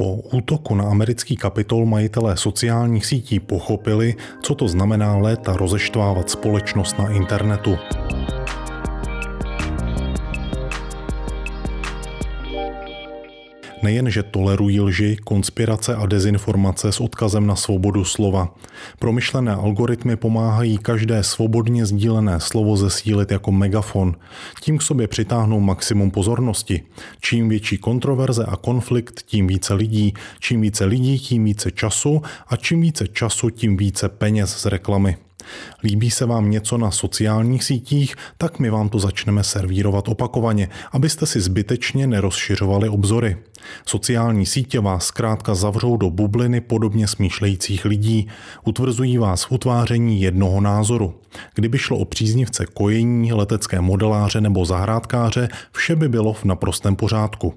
Po útoku na americký Kapitol majitelé sociálních sítí pochopili, co to znamená léta rozeštvávat společnost na internetu. Nejenže tolerují lži, konspirace a dezinformace s odkazem na svobodu slova. Promyšlené algoritmy pomáhají každé svobodně sdílené slovo zesílit jako megafon. Tím k sobě přitáhnou maximum pozornosti. Čím větší kontroverze a konflikt, tím více lidí. Čím více lidí, tím více času a čím více času, tím více peněz z reklamy. Líbí se vám něco na sociálních sítích, tak my vám to začneme servírovat opakovaně, abyste si zbytečně nerozšiřovali obzory. Sociální sítě vás zkrátka zavřou do bubliny podobně smýšlejících lidí, utvrzují vás v utváření jednoho názoru. Kdyby šlo o příznivce kojení, letecké modeláře nebo zahrádkáře, vše by bylo v naprostém pořádku.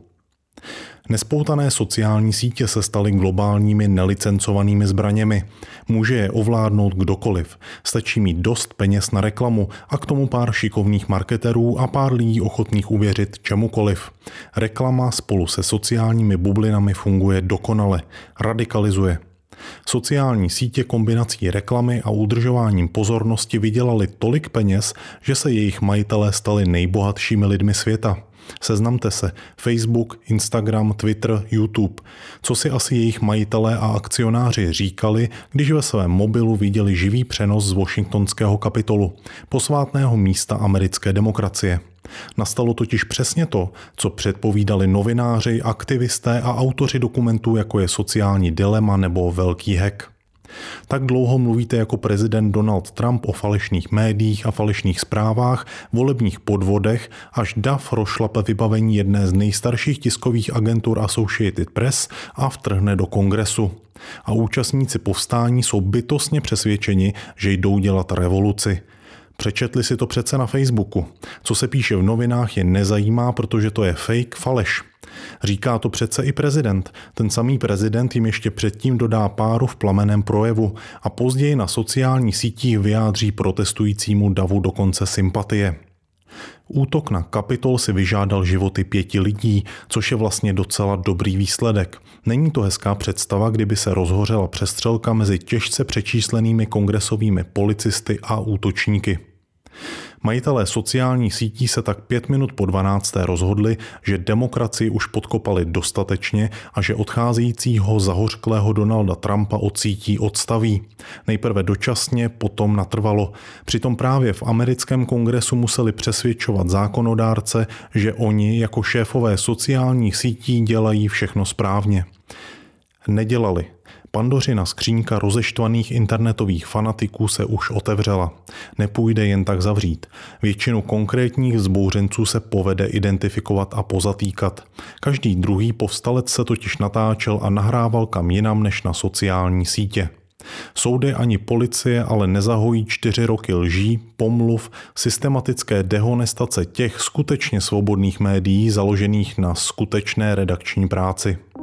Nespoutané sociální sítě se staly globálními nelicencovanými zbraněmi. Může je ovládnout kdokoliv. Stačí mít dost peněz na reklamu a k tomu pár šikovných marketerů a pár lidí ochotných uvěřit čemukoliv. Reklama spolu se sociálními bublinami funguje dokonale, radikalizuje. Sociální sítě kombinací reklamy a udržováním pozornosti vydělali tolik peněz, že se jejich majitelé stali nejbohatšími lidmi světa. Seznamte se, Facebook, Instagram, Twitter, YouTube. Co si asi jejich majitelé a akcionáři říkali, když ve svém mobilu viděli živý přenos z Washingtonského Kapitolu, posvátného místa americké demokracie. Nastalo totiž přesně to, co předpovídali novináři, aktivisté a autoři dokumentů, jako je Sociální dilema nebo Velký hack. Tak dlouho mluvíte jako prezident Donald Trump o falešných médiích a falešných zprávách, volebních podvodech, až DAF rozšlape vybavení jedné z nejstarších tiskových agentur Associated Press a vtrhne do kongresu. A účastníci povstání jsou bytostně přesvědčeni, že jdou dělat revoluci. Přečetli si to přece na Facebooku. Co se píše v novinách, je nezajímá, protože to je fake, faleš. Říká to přece i prezident. Ten samý prezident jim ještě předtím dodá páru v plamenném projevu a později na sociálních sítích vyjádří protestujícímu davu dokonce sympatie. Útok na Kapitol si vyžádal životy 5 lidí, což je vlastně docela dobrý výsledek. Není to hezká představa, kdyby se rozhořela přestřelka mezi těžce přečíslenými kongresovými policisty a útočníky. Majitelé sociálních sítí se tak 5 minut po 12. rozhodli, že demokracii už podkopali dostatečně a že odcházejícího zahořklého Donalda Trumpa od sítí odstaví. Nejprve dočasně, potom natrvalo. Přitom právě v americkém kongresu museli přesvědčovat zákonodárce, že oni jako šéfové sociálních sítí dělají všechno správně. Nedělali. Pandořina skřínka rozeštvaných internetových fanatiků se už otevřela. Nepůjde jen tak zavřít. Většinu konkrétních vzbouřenců se povede identifikovat a pozatýkat. Každý druhý povstalec se totiž natáčel a nahrával kam jinam než na sociální sítě. Soudy ani policie ale nezahojí 4 roky lží, pomluv, systematické dehonestace těch skutečně svobodných médií založených na skutečné redakční práci.